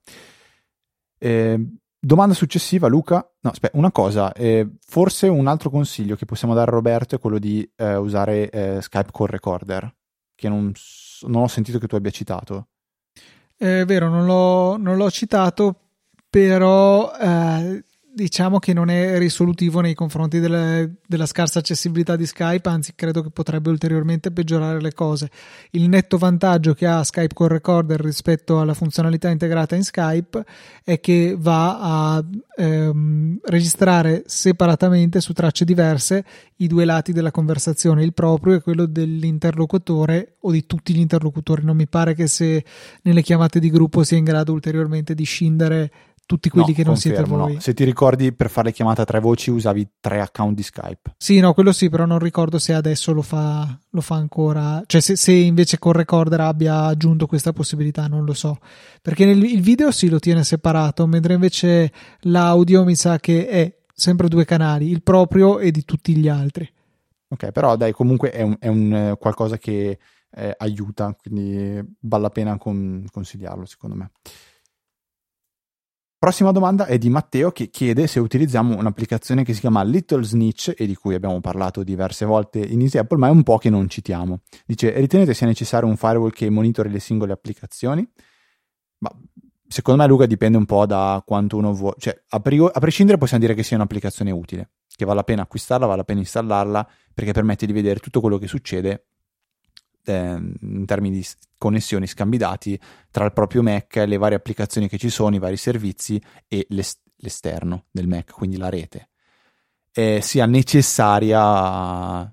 Domanda successiva, Luca. No, aspetta, una cosa, forse un altro consiglio che possiamo dare a Roberto è quello di usare Skype Call Recorder, che non ho sentito che tu abbia citato. È vero, non l'ho citato, però diciamo che non è risolutivo nei confronti della scarsa accessibilità di Skype, anzi credo che potrebbe ulteriormente peggiorare le cose. Il netto vantaggio che ha Skype Call Recorder rispetto alla funzionalità integrata in Skype è che va a registrare separatamente su tracce diverse i due lati della conversazione, il proprio e quello dell'interlocutore o di tutti gli interlocutori. Non mi pare che se nelle chiamate di gruppo sia in grado ulteriormente di scindere tutti quelli che non siete voi. No. Se ti ricordi, per fare le chiamate a 3 voci usavi 3 account di Skype. Sì, no, quello sì, però non ricordo se adesso lo fa ancora, cioè se invece con Recorder abbia aggiunto questa possibilità, non lo so, perché il video sì lo tiene separato, mentre invece l'audio mi sa che è sempre 2 canali, il proprio e di tutti gli altri. Ok, però dai, comunque è un qualcosa che aiuta, quindi vale la pena consigliarlo, secondo me. Prossima domanda è di Matteo, che chiede se utilizziamo un'applicazione che si chiama Little Snitch e di cui abbiamo parlato diverse volte in Easy Apple, ma è un po' che non citiamo. Dice: ritenete sia necessario un firewall che monitori le singole applicazioni? Ma secondo me, Luca, dipende un po' da quanto uno vuole, cioè a prescindere possiamo dire che sia un'applicazione utile, che vale la pena acquistarla, vale la pena installarla, perché permette di vedere tutto quello che succede in termini di connessioni, scambi dati tra il proprio Mac, le varie applicazioni che ci sono, i vari servizi e l'esterno del Mac, quindi la rete. Sia necessaria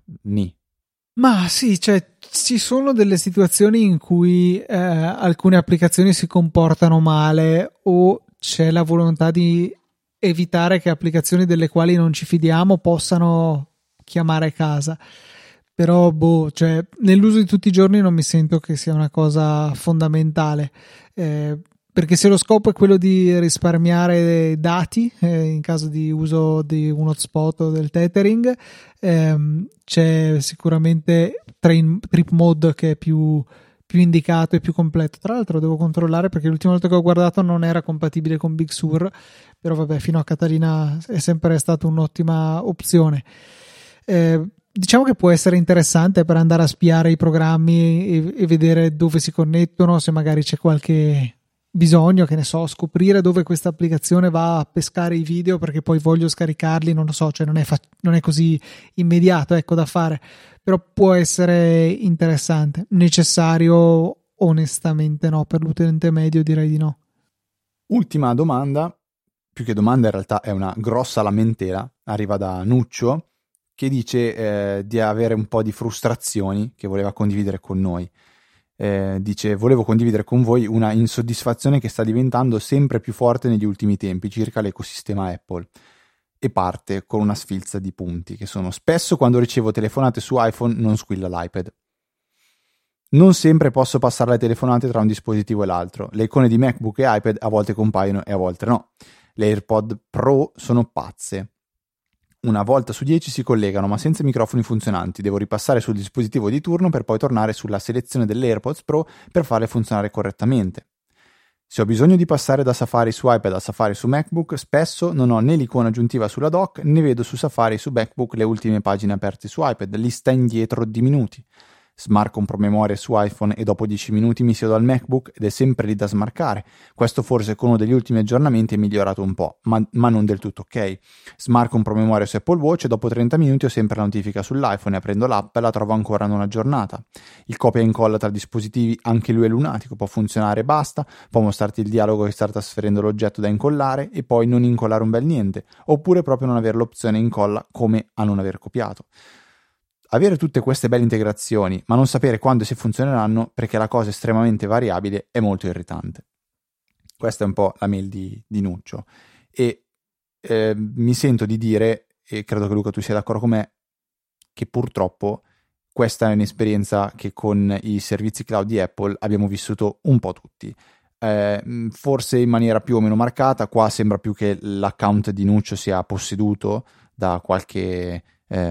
Ma sì, cioè ci sono delle situazioni in cui alcune applicazioni si comportano male o c'è la volontà di evitare che applicazioni delle quali non ci fidiamo possano chiamare casa. Però cioè, nell'uso di tutti i giorni non mi sento che sia una cosa fondamentale, perché se lo scopo è quello di risparmiare dati in caso di uso di un hotspot o del tethering, c'è sicuramente Trip Mode che è più indicato e più completo. Tra l'altro devo controllare, perché l'ultima volta che ho guardato non era compatibile con Big Sur, però vabbè, fino a Catalina è sempre stata un'ottima opzione. Diciamo che può essere interessante per andare a spiare i programmi e vedere dove si connettono, se magari c'è qualche bisogno, che ne so, scoprire dove questa applicazione va a pescare i video perché poi voglio scaricarli, non lo so, cioè non è così immediato, ecco, da fare, però può essere interessante. Necessario? Onestamente no, per l'utente medio direi di no. Ultima domanda più che domanda in realtà è una grossa lamentela, arriva da Nuccio, che dice di avere un po' di frustrazioni che voleva condividere con noi. Dice: volevo condividere con voi una insoddisfazione che sta diventando sempre più forte negli ultimi tempi circa l'ecosistema Apple, e parte con una sfilza di punti che sono: spesso quando ricevo telefonate su iPhone non squilla l'iPad, non sempre posso passare le telefonate tra un dispositivo e l'altro, le icone di MacBook e iPad a volte compaiono e a volte no, le AirPod Pro sono pazze, una volta su 10 si collegano ma senza microfoni funzionanti, devo ripassare sul dispositivo di turno per poi tornare sulla selezione delle AirPods Pro per farle funzionare correttamente. Se ho bisogno di passare da Safari su iPad a Safari su MacBook, spesso non ho né l'icona aggiuntiva sulla dock né vedo su Safari su MacBook le ultime pagine aperte su iPad, lista indietro di minuti. Smarco un promemoria su iPhone e dopo 10 minuti mi siedo al MacBook ed è sempre lì da smarcare. Questo forse con uno degli ultimi aggiornamenti è migliorato un po', ma non del tutto ok. Smarco un promemoria su Apple Watch e dopo 30 minuti ho sempre la notifica sull'iPhone e aprendo l'app la trovo ancora non aggiornata. Il copia e incolla tra dispositivi, anche lui è lunatico, può funzionare e basta, può mostrarti il dialogo che sta trasferendo l'oggetto da incollare e poi non incollare un bel niente, oppure proprio non avere l'opzione incolla come a non aver copiato. Avere tutte queste belle integrazioni, ma non sapere quando si funzioneranno perché la cosa è estremamente variabile è molto irritante. Questa è un po' la mail di Nuccio. E mi sento di dire, e credo che Luca tu sia d'accordo con me, che purtroppo questa è un'esperienza che con i servizi cloud di Apple abbiamo vissuto un po' tutti. Forse in maniera più o meno marcata, qua sembra più che l'account di Nuccio sia posseduto da qualche...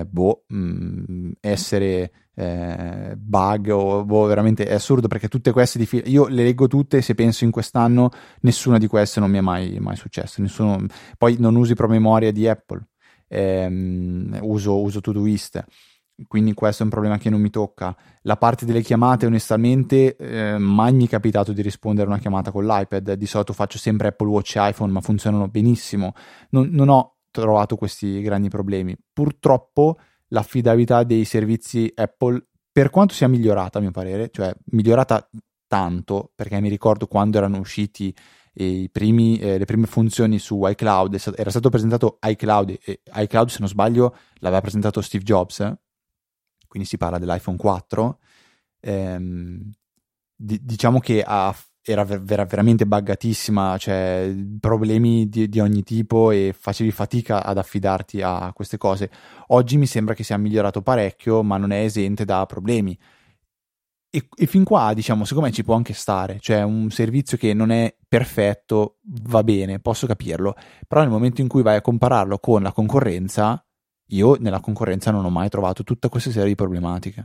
essere bug o veramente è assurdo, perché tutte queste io le leggo tutte e se penso in quest'anno nessuna di queste non mi è mai successo. Poi non uso i promemoria di Apple, uso Todoist, quindi questo è un problema che non mi tocca. La parte delle chiamate onestamente mai mi è capitato di rispondere a una chiamata con l'iPad, di solito faccio sempre Apple Watch e iPhone ma funzionano benissimo, non ho trovato questi grandi problemi. Purtroppo l'affidabilità dei servizi Apple, per quanto sia migliorata a mio parere, cioè migliorata tanto, perché mi ricordo quando erano usciti le prime funzioni su iCloud, era stato presentato iCloud e iCloud, se non sbaglio, l'aveva presentato Steve Jobs, quindi si parla dell'iPhone 4, diciamo che era veramente buggatissima, cioè problemi di ogni tipo e facevi fatica ad affidarti a queste cose. Oggi mi sembra che sia migliorato parecchio, ma non è esente da problemi. E fin qua, diciamo, secondo me ci può anche stare, cioè un servizio che non è perfetto, va bene, posso capirlo, però nel momento in cui vai a compararlo con la concorrenza, io nella concorrenza non ho mai trovato tutta questa serie di problematiche.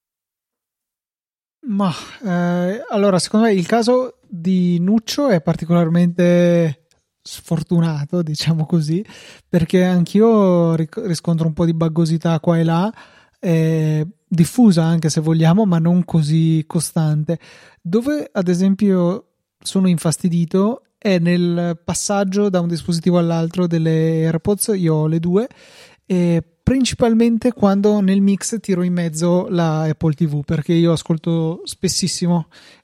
Ma allora, secondo me il caso di Nuccio è particolarmente sfortunato, diciamo così, perché anch'io riscontro un po' di buggosità qua e là, diffusa anche se vogliamo, ma non così costante. Dove ad esempio sono infastidito è nel passaggio da un dispositivo all'altro delle AirPods. Io ho le due, e principalmente quando nel mix tiro in mezzo la Apple TV, perché io ascolto spessissimo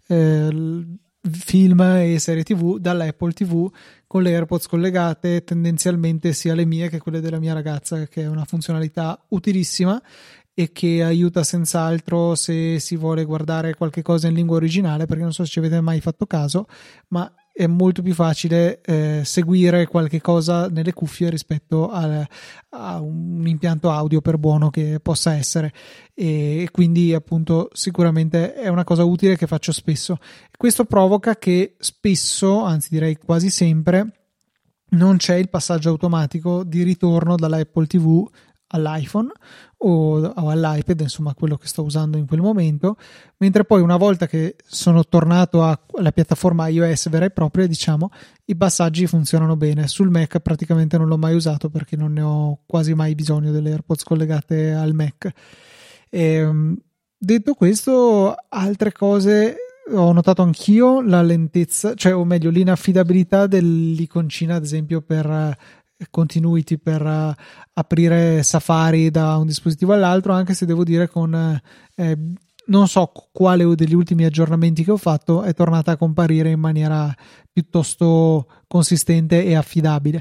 film e serie TV dalla Apple TV con le AirPods collegate, tendenzialmente sia le mie che quelle della mia ragazza, che è una funzionalità utilissima e che aiuta senz'altro se si vuole guardare qualche cosa in lingua originale, perché non so se ci avete mai fatto caso, ma è molto più facile seguire qualche cosa nelle cuffie rispetto a un impianto audio, per buono che possa essere, e quindi appunto sicuramente è una cosa utile che faccio spesso. Questo provoca che spesso, anzi direi quasi sempre, non c'è il passaggio automatico di ritorno dalla Apple TV all'iPhone o all'iPad, insomma quello che sto usando in quel momento, mentre poi una volta che sono tornato alla piattaforma iOS vera e propria, diciamo, i passaggi funzionano bene. Sul Mac praticamente non l'ho mai usato perché non ne ho quasi mai bisogno delle AirPods collegate al Mac. Detto questo, altre cose ho notato anch'io: la lentezza, cioè o meglio l'inaffidabilità dell'iconcina, ad esempio per continuity, per aprire Safari da un dispositivo all'altro, anche se devo dire con non so quale degli ultimi aggiornamenti che ho fatto è tornata a comparire in maniera piuttosto consistente e affidabile.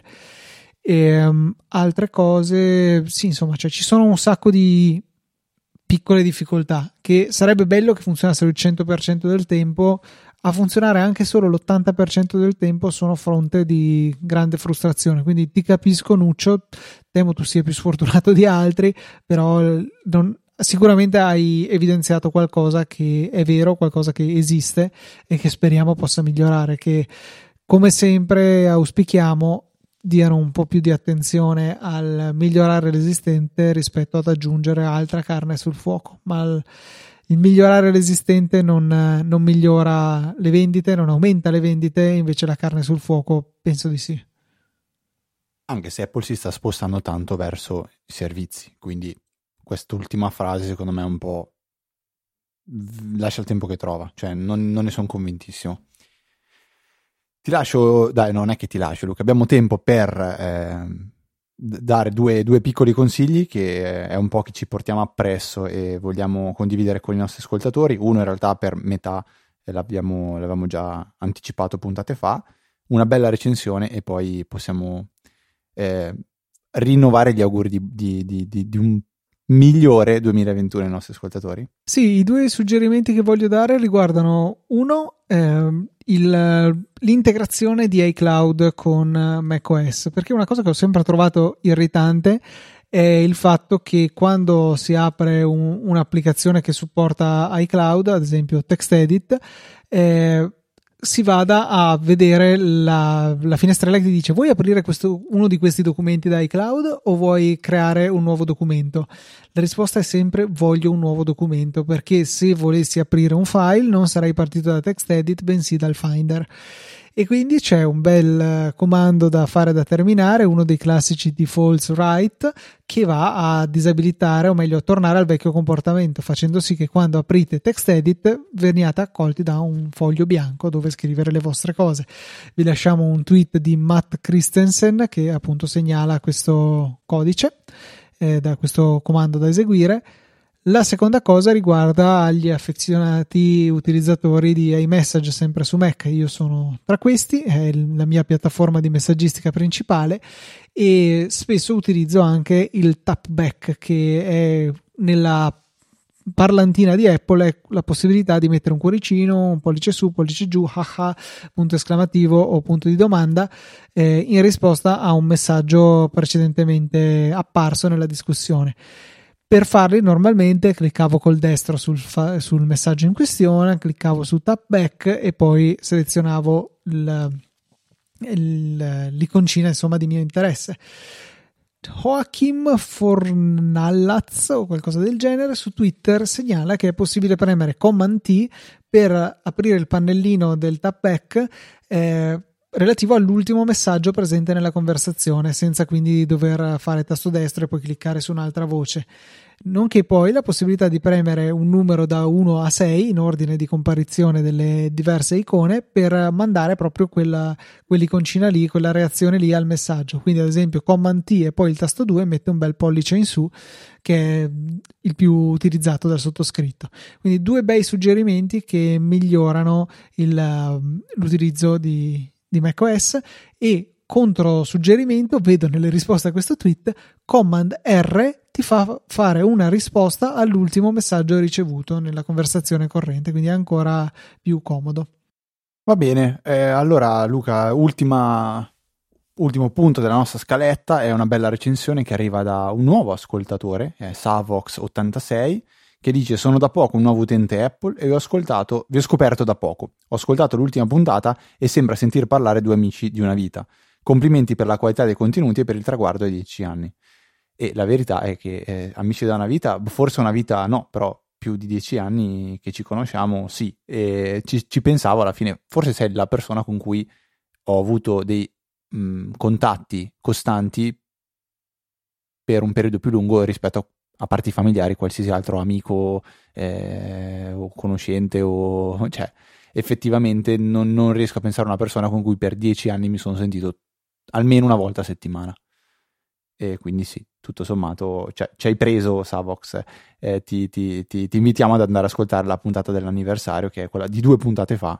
Altre cose, sì, insomma, cioè, ci sono un sacco di piccole difficoltà che sarebbe bello che funzionassero il 100% del tempo. A funzionare anche solo l'80% del tempo sono fronte di grande frustrazione, quindi ti capisco, Nuccio, temo tu sia più sfortunato di altri, però sicuramente hai evidenziato qualcosa che è vero, qualcosa che esiste e che speriamo possa migliorare, che come sempre auspichiamo diano un po' più di attenzione al migliorare l'esistente rispetto ad aggiungere altra carne sul fuoco, ma il migliorare l'esistente non migliora le vendite, non aumenta le vendite, invece la carne sul fuoco penso di sì. Anche se Apple si sta spostando tanto verso i servizi, quindi quest'ultima frase secondo me è un po' lascia il tempo che trova, cioè non ne sono convintissimo. Ti lascio, dai, non è che ti lascio, Luca, abbiamo tempo per dare due piccoli consigli che è un po' che ci portiamo appresso e vogliamo condividere con i nostri ascoltatori. Uno in realtà per metà l'avevamo già anticipato puntate fa, una bella recensione e poi possiamo rinnovare gli auguri di un migliore 2021 ai nostri ascoltatori. Sì, i due suggerimenti che voglio dare riguardano uno, l'integrazione di iCloud con macOS, perché una cosa che ho sempre trovato irritante è il fatto che quando si apre un'applicazione che supporta iCloud, ad esempio TextEdit, si vada a vedere la finestrella che ti dice: vuoi aprire uno di questi documenti da iCloud o vuoi creare un nuovo documento? La risposta è sempre: voglio un nuovo documento, perché se volessi aprire un file non sarei partito da TextEdit bensì dal Finder. E quindi c'è un bel comando da fare da terminare, uno dei classici defaults write, che va a disabilitare, o meglio a tornare al vecchio comportamento, facendo sì che quando aprite TextEdit veniate accolti da un foglio bianco dove scrivere le vostre cose. Vi lasciamo un tweet di Matt Christensen che appunto segnala questo codice, da questo comando da eseguire. La seconda cosa riguarda gli affezionati utilizzatori di iMessage sempre su Mac. Io sono tra questi, è la mia piattaforma di messaggistica principale e spesso utilizzo anche il tapback, che è nella parlantina di Apple è la possibilità di mettere un cuoricino, un pollice su, pollice giù, haha, punto esclamativo o punto di domanda in risposta a un messaggio precedentemente apparso nella discussione. Per farli normalmente cliccavo col destro sul messaggio in questione, cliccavo su tapback e poi selezionavo l'iconcina insomma di mio interesse. Joachim Fornallaz o qualcosa del genere su Twitter segnala che è possibile premere Command T per aprire il pannellino del tapback relativo all'ultimo messaggio presente nella conversazione, senza quindi dover fare tasto destro e poi cliccare su un'altra voce. Nonché poi la possibilità di premere un numero da 1 a 6 in ordine di comparizione delle diverse icone per mandare proprio quell'iconcina lì, quella reazione lì al messaggio. Quindi ad esempio Command T e poi il tasto 2 mette un bel pollice in su, che è il più utilizzato dal sottoscritto. Quindi due bei suggerimenti che migliorano l'utilizzo di macOS. E contro suggerimento vedo nelle risposte a questo tweet: Command R ti fa fare una risposta all'ultimo messaggio ricevuto nella conversazione corrente, quindi è ancora più comodo. Va bene, allora Luca, ultimo punto della nostra scaletta è una bella recensione che arriva da un nuovo ascoltatore, Savox86, che dice: sono da poco un nuovo utente Apple e vi ho scoperto da poco. Ho ascoltato l'ultima puntata e sembra sentir parlare due amici di una vita. Complimenti per la qualità dei contenuti e per il traguardo ai 10 anni. E la verità è che amici da una vita, forse una vita no, però più di 10 anni che ci conosciamo, sì. E ci pensavo alla fine, forse sei la persona con cui ho avuto dei contatti costanti per un periodo più lungo rispetto a parti familiari, qualsiasi altro amico o conoscente, cioè effettivamente non riesco a pensare a una persona con cui per 10 anni mi sono sentito almeno una volta a settimana. E quindi sì, tutto sommato ci hai preso, Savox. Ti invitiamo ad andare ad ascoltare la puntata dell'anniversario, che è quella di 2 puntate fa,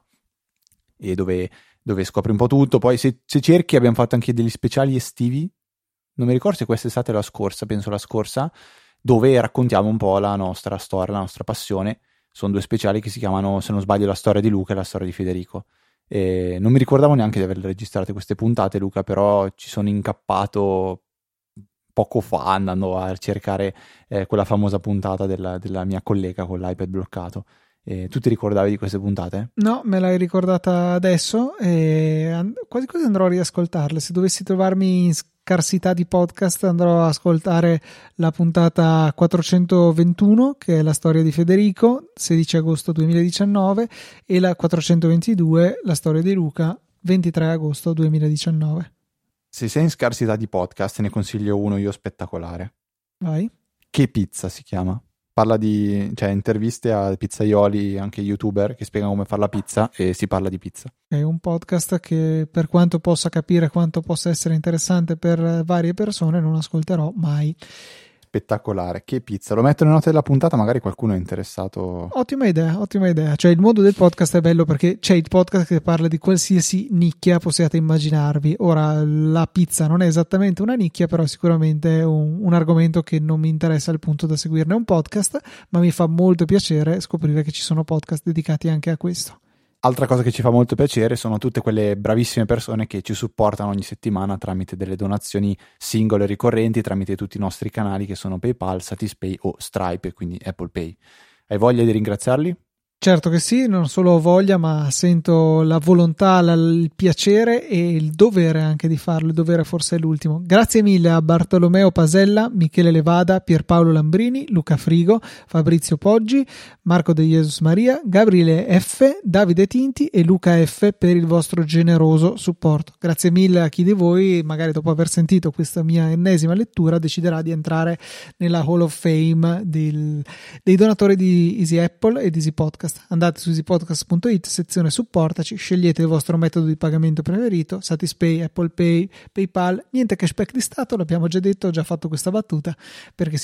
e dove scopri un po' tutto. Poi se cerchi abbiamo fatto anche degli speciali estivi, non mi ricordo se quest'estate o la scorsa, penso la scorsa, dove raccontiamo un po' la nostra storia, la nostra passione. Sono 2 speciali che si chiamano, se non sbaglio, La storia di Luca e La storia di Federico. E non mi ricordavo neanche di aver registrato queste puntate, Luca, però ci sono incappato poco fa andando a cercare quella famosa puntata della mia collega con l'iPad bloccato. Tu ti ricordavi di queste puntate? No, me l'hai ricordata adesso e quasi quasi andrò a riascoltarle. Se dovessi trovarmi in scarsità di podcast andrò a ascoltare la puntata 421, che è La storia di Federico, 16 agosto 2019, e la 422, La storia di Luca, 23 agosto 2019. Se sei in scarsità di podcast, ne consiglio uno io spettacolare. Vai. Che pizza si chiama? Parla di, interviste a pizzaioli, anche youtuber, che spiegano come fare la pizza, e si parla di pizza. È un podcast che, per quanto possa capire quanto possa essere interessante per varie persone, non ascolterò mai. Spettacolare, che pizza. Lo metto nelle note della puntata, magari qualcuno è interessato. Ottima idea. Cioè, il mondo del podcast è bello perché c'è il podcast che parla di qualsiasi nicchia possiate immaginarvi. Ora, la pizza non è esattamente una nicchia, però sicuramente è un argomento che non mi interessa al punto da seguirne un podcast, ma mi fa molto piacere scoprire che ci sono podcast dedicati anche a questo. Altra cosa che ci fa molto piacere sono tutte quelle bravissime persone che ci supportano ogni settimana tramite delle donazioni singole e ricorrenti, tramite tutti i nostri canali che sono PayPal, Satispay o Stripe, quindi Apple Pay. Hai voglia di ringraziarli? Certo che sì, non solo ho voglia, ma sento la volontà, il piacere e il dovere anche di farlo. Il dovere forse è l'ultimo. Grazie mille a Bartolomeo Pasella, Michele Levada, Pierpaolo Lambrini, Luca Frigo, Fabrizio Poggi, Marco De Jesus Maria, Gabriele F, Davide Tinti e Luca F per il vostro generoso supporto. Grazie mille a chi di voi, magari dopo aver sentito questa mia ennesima lettura, deciderà di entrare nella Hall of Fame dei donatori di Easy Apple e di Easy Podcast. Andate su easypodcast.it, sezione supportaci, scegliete il vostro metodo di pagamento preferito, Satispay, Apple Pay, PayPal, niente cashback di Stato, l'abbiamo già detto, ho già fatto questa battuta, perché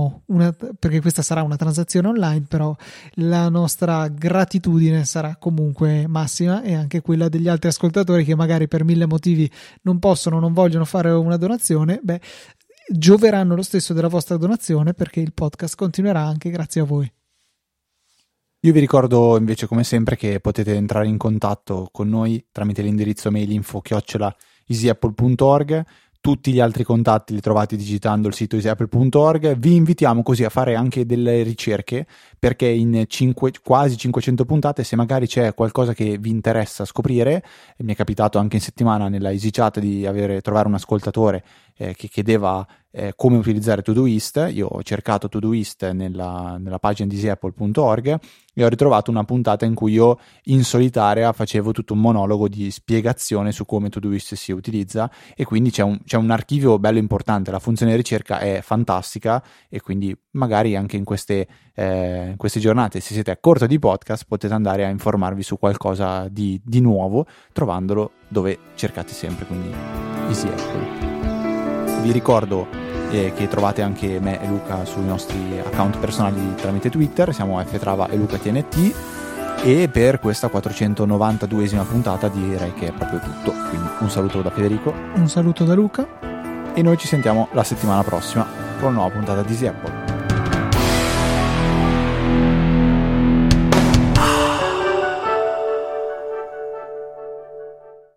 questa sarà una transazione online, però la nostra gratitudine sarà comunque massima, e anche quella degli altri ascoltatori che magari per 1000 motivi non possono, non vogliono fare una donazione, gioveranno lo stesso della vostra donazione, perché il podcast continuerà anche grazie a voi. Io vi ricordo invece, come sempre, che potete entrare in contatto con noi tramite l'indirizzo mail info@easyapple.org. Tutti gli altri contatti li trovate digitando il sito easyapple.org. Vi invitiamo così a fare anche delle ricerche, perché in quasi 500 puntate, se magari c'è qualcosa che vi interessa scoprire, mi è capitato anche in settimana nella Easy Chat di trovare un ascoltatore che chiedeva come utilizzare Todoist. Io ho cercato Todoist nella pagina di easyapple.org e ho ritrovato una puntata in cui io in solitaria facevo tutto un monologo di spiegazione su come Todoist si utilizza, e quindi c'è un archivio bello importante. La funzione di ricerca è fantastica, e quindi magari anche in queste giornate, se siete a corto di podcast, potete andare a informarvi su qualcosa di nuovo, trovandolo dove cercate sempre, quindi Easy Apple. Vi ricordo che trovate anche me e Luca sui nostri account personali tramite Twitter, siamo ftrava e LucaTNT, e per questa 492esima puntata direi che è proprio tutto, quindi un saluto da Federico, un saluto da Luca, e noi ci sentiamo la settimana prossima con una nuova puntata di Easy Apple.